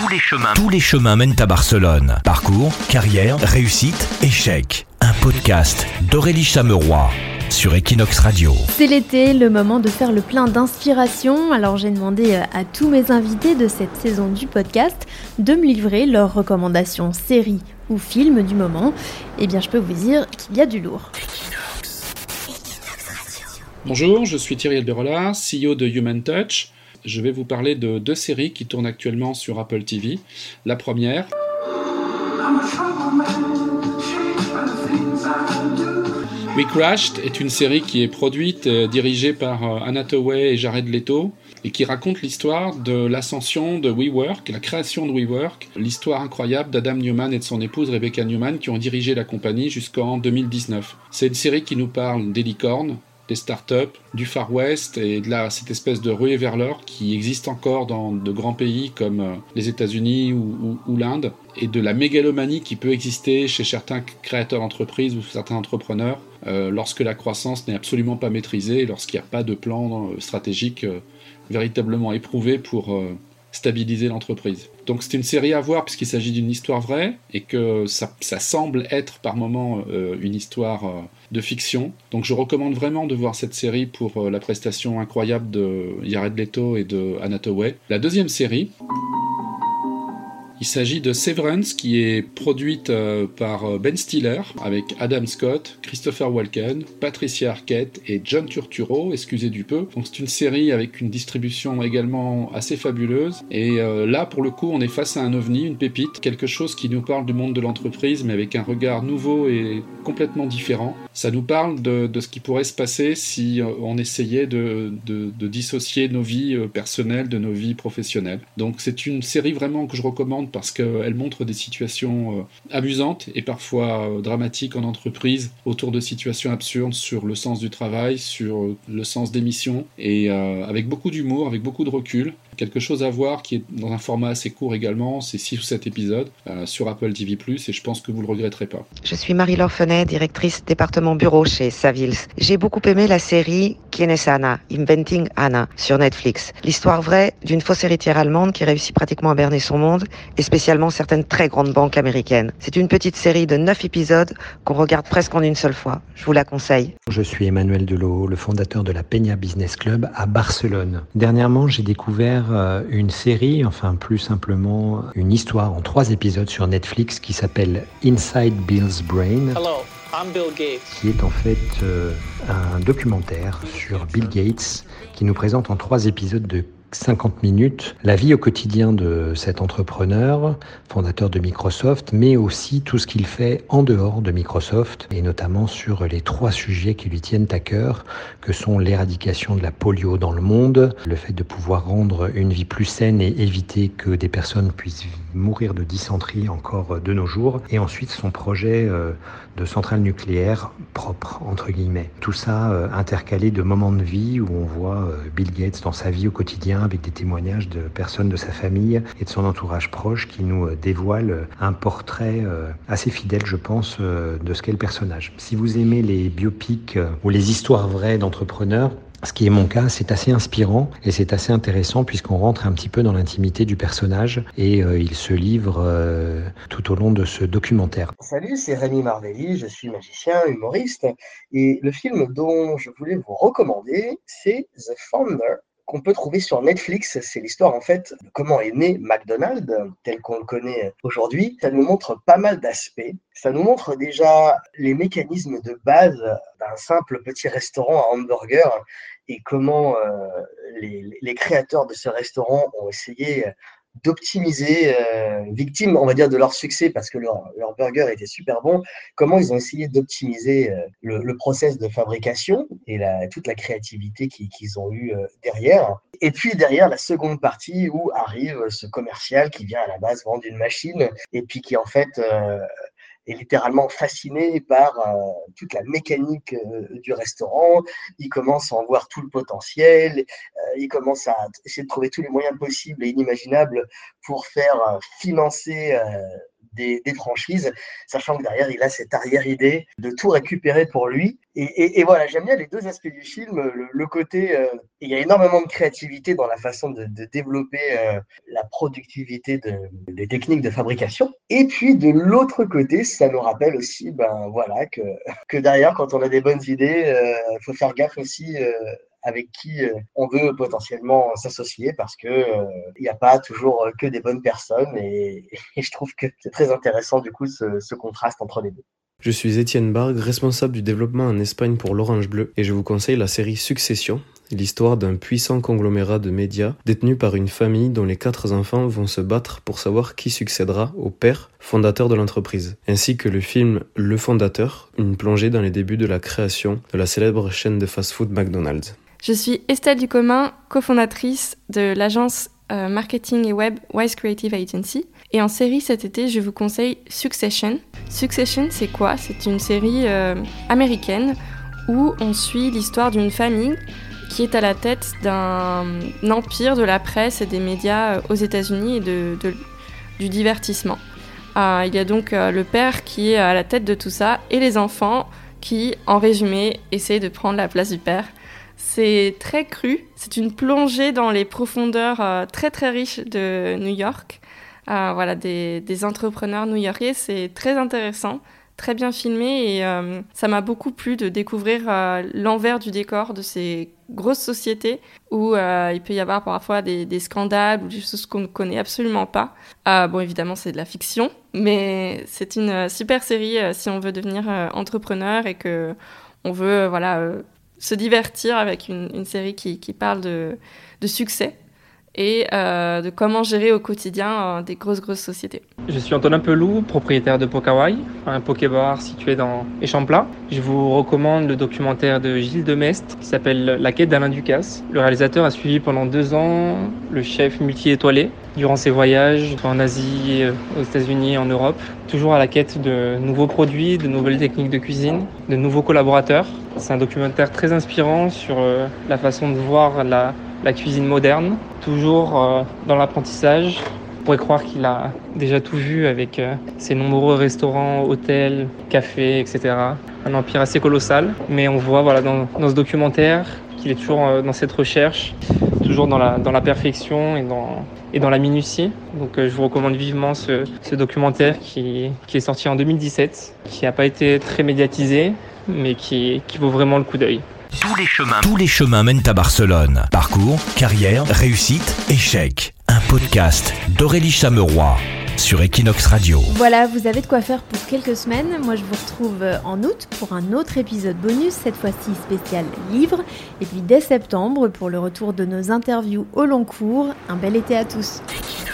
Tous les chemins mènent à Barcelone. Parcours, carrière, réussite, échec. Un podcast d'Aurélie Chameroy sur Equinox Radio. C'est l'été, le moment de faire le plein d'inspiration. Alors j'ai demandé à tous mes invités de cette saison du podcast de me livrer leurs recommandations séries ou films du moment. Eh bien je peux vous dire qu'il y a du lourd. Bonjour, je suis Thierry Alberola, CEO de Human Touch. Je vais vous parler de deux séries qui tournent actuellement sur Apple TV. La première, We Crashed, est une série qui est produite et dirigée par Anna Hathaway et Jared Leto et qui raconte l'histoire de l'ascension de WeWork, la création de WeWork, l'histoire incroyable d'Adam Neumann et de son épouse Rebecca Neumann qui ont dirigé la compagnie jusqu'en 2019. C'est une série qui nous parle des licornes, des startups, du Far West et de cette espèce de ruée vers l'or qui existe encore dans de grands pays comme les États-Unis ou l'Inde, et de la mégalomanie qui peut exister chez certains créateurs d'entreprises ou certains entrepreneurs lorsque la croissance n'est absolument pas maîtrisée et lorsqu'il n'y a pas de plan stratégique véritablement éprouvé pour stabiliser l'entreprise. Donc c'est une série à voir puisqu'il s'agit d'une histoire vraie et que ça semble être par moments une histoire de fiction. Donc je recommande vraiment de voir cette série pour la prestation incroyable de Jared Leto et de Anna Hathaway. La deuxième série, il s'agit de Severance qui est produite par Ben Stiller avec Adam Scott, Christopher Walken, Patricia Arquette et John Turturro, excusez du peu. Donc c'est une série avec une distribution également assez fabuleuse et là pour le coup on est face à un ovni, une pépite, quelque chose qui nous parle du monde de l'entreprise mais avec un regard nouveau et complètement différent. Ça nous parle de ce qui pourrait se passer si on essayait de dissocier nos vies personnelles de nos vies professionnelles. Donc c'est une série vraiment que je recommande parce qu'elle montre des situations amusantes et parfois dramatiques en entreprise autour de situations absurdes sur le sens du travail, sur le sens des missions et avec beaucoup d'humour, avec beaucoup de recul. Quelque chose à voir qui est dans un format assez court également, c'est 6 ou 7 épisodes sur Apple TV+, et je pense que vous ne le regretterez pas. Je suis Marie-Laure Fenet, directrice département bureau chez Savills. J'ai beaucoup aimé la série Qui est Anna, Inventing Anna, sur Netflix. L'histoire vraie d'une fausse héritière allemande qui réussit pratiquement à berner son monde, et spécialement certaines très grandes banques américaines. C'est une petite série de 9 épisodes qu'on regarde presque en une seule fois. Je vous la conseille. Je suis Emmanuel Delot, le fondateur de la Peña Business Club à Barcelone. Dernièrement, j'ai découvert une série, enfin plus simplement une histoire en 3 épisodes sur Netflix qui s'appelle Inside Bill's Brain. Hello, I'm Bill Gates. Qui est en fait un documentaire sur Bill Gates qui nous présente en 3 épisodes de 50 minutes, la vie au quotidien de cet entrepreneur, fondateur de Microsoft, mais aussi tout ce qu'il fait en dehors de Microsoft, et notamment sur les 3 sujets qui lui tiennent à cœur, que sont l'éradication de la polio dans le monde, le fait de pouvoir rendre une vie plus saine et éviter que des personnes puissent mourir de dysenterie encore de nos jours, et ensuite son projet de centrale nucléaire propre, entre guillemets. Tout ça intercalé de moments de vie où on voit Bill Gates dans sa vie au quotidien avec des témoignages de personnes de sa famille et de son entourage proche qui nous dévoilent un portrait assez fidèle, je pense, de ce qu'est le personnage. Si vous aimez les biopics ou les histoires vraies d'entrepreneurs, ce qui est mon cas, c'est assez inspirant et c'est assez intéressant puisqu'on rentre un petit peu dans l'intimité du personnage et il se livre tout au long de ce documentaire. Salut, c'est Rémi Marvelli, je suis magicien, humoriste et le film dont je voulais vous recommander, c'est The Founder, qu'on peut trouver sur Netflix. C'est l'histoire en fait de comment est né McDonald's tel qu'on le connaît aujourd'hui. Ça nous montre pas mal d'aspects. Ça nous montre déjà les mécanismes de base d'un simple petit restaurant à hamburger et comment les créateurs de ce restaurant ont essayé d'optimiser, victimes, on va dire, de leur succès parce que leur burger était super bon, comment ils ont essayé d'optimiser le process de fabrication et toute la créativité qu'ils ont eue derrière. Et puis derrière, la seconde partie où arrive ce commercial qui vient à la base vendre une machine et puis qui en fait est littéralement fasciné par toute la mécanique du restaurant. Il commence à en voir tout le potentiel. Il commence à essayer de trouver tous les moyens possibles et inimaginables pour faire financer des franchises, sachant que derrière, il a cette arrière-idée de tout récupérer pour lui. Et voilà, j'aime bien les deux aspects du film. Le côté, il y a énormément de créativité dans la façon de développer la productivité des techniques de fabrication. Et puis, de l'autre côté, ça nous rappelle aussi que derrière, quand on a des bonnes idées, il faut faire gaffe aussi avec qui on veut potentiellement s'associer parce que il n'y a pas toujours que des bonnes personnes et je trouve que c'est très intéressant du coup ce contraste entre les deux. Je suis Étienne Bargue, responsable du développement en Espagne pour l'Orange Bleu et je vous conseille la série Succession, l'histoire d'un puissant conglomérat de médias détenu par une famille dont les 4 enfants vont se battre pour savoir qui succédera au père fondateur de l'entreprise, ainsi que le film Le Fondateur, une plongée dans les débuts de la création de la célèbre chaîne de fast-food McDonald's. Je suis Estelle Ducommun, cofondatrice de l'agence marketing et web Wise Creative Agency. Et en série cet été, je vous conseille Succession. Succession, c'est quoi ? C'est une série américaine où on suit l'histoire d'une famille qui est à la tête d'un empire de la presse et des médias aux États-Unis et du divertissement. Il y a donc le père qui est à la tête de tout ça et les enfants qui, en résumé, essaient de prendre la place du père. C'est très cru, c'est une plongée dans les profondeurs très très riches de New York. Des entrepreneurs new-yorkais, c'est très intéressant, très bien filmé et ça m'a beaucoup plu de découvrir l'envers du décor de ces grosses sociétés où il peut y avoir parfois des scandales ou des choses qu'on ne connaît absolument pas. Évidemment, c'est de la fiction, mais c'est une super série si on veut devenir entrepreneur et qu'on veut se divertir avec une série qui parle de succès et de comment gérer au quotidien des grosses sociétés. Je suis Antonin Pelou, propriétaire de Pokawai, un pokébar situé dans Échamplat. Je vous recommande le documentaire de Gilles Demestre qui s'appelle La quête d'Alain Ducasse. Le réalisateur a suivi pendant 2 ans le chef multi-étoilé durant ses voyages en Asie, aux États-Unis et en Europe, toujours à la quête de nouveaux produits, de nouvelles techniques de cuisine, de nouveaux collaborateurs. C'est un documentaire très inspirant sur la façon de voir la cuisine moderne, toujours dans l'apprentissage. On pourrait croire qu'il a déjà tout vu avec ses nombreux restaurants, hôtels, cafés, etc. Un empire assez colossal, mais on voit dans ce documentaire qu'il est toujours dans cette recherche, toujours dans la perfection et dans la minutie. Donc je vous recommande vivement ce documentaire qui est sorti en 2017, qui n'a pas été très médiatisé, mais qui vaut vraiment le coup d'œil. Tous les chemins mènent à Barcelone. Parcours, carrière, réussite, échec. Un podcast d'Aurélie Chameroy sur Equinox Radio. Voilà, vous avez de quoi faire pour quelques semaines. Moi, je vous retrouve en août pour un autre épisode bonus, cette fois-ci spécial livre. Et puis dès septembre pour le retour de nos interviews au long cours. Un bel été à tous.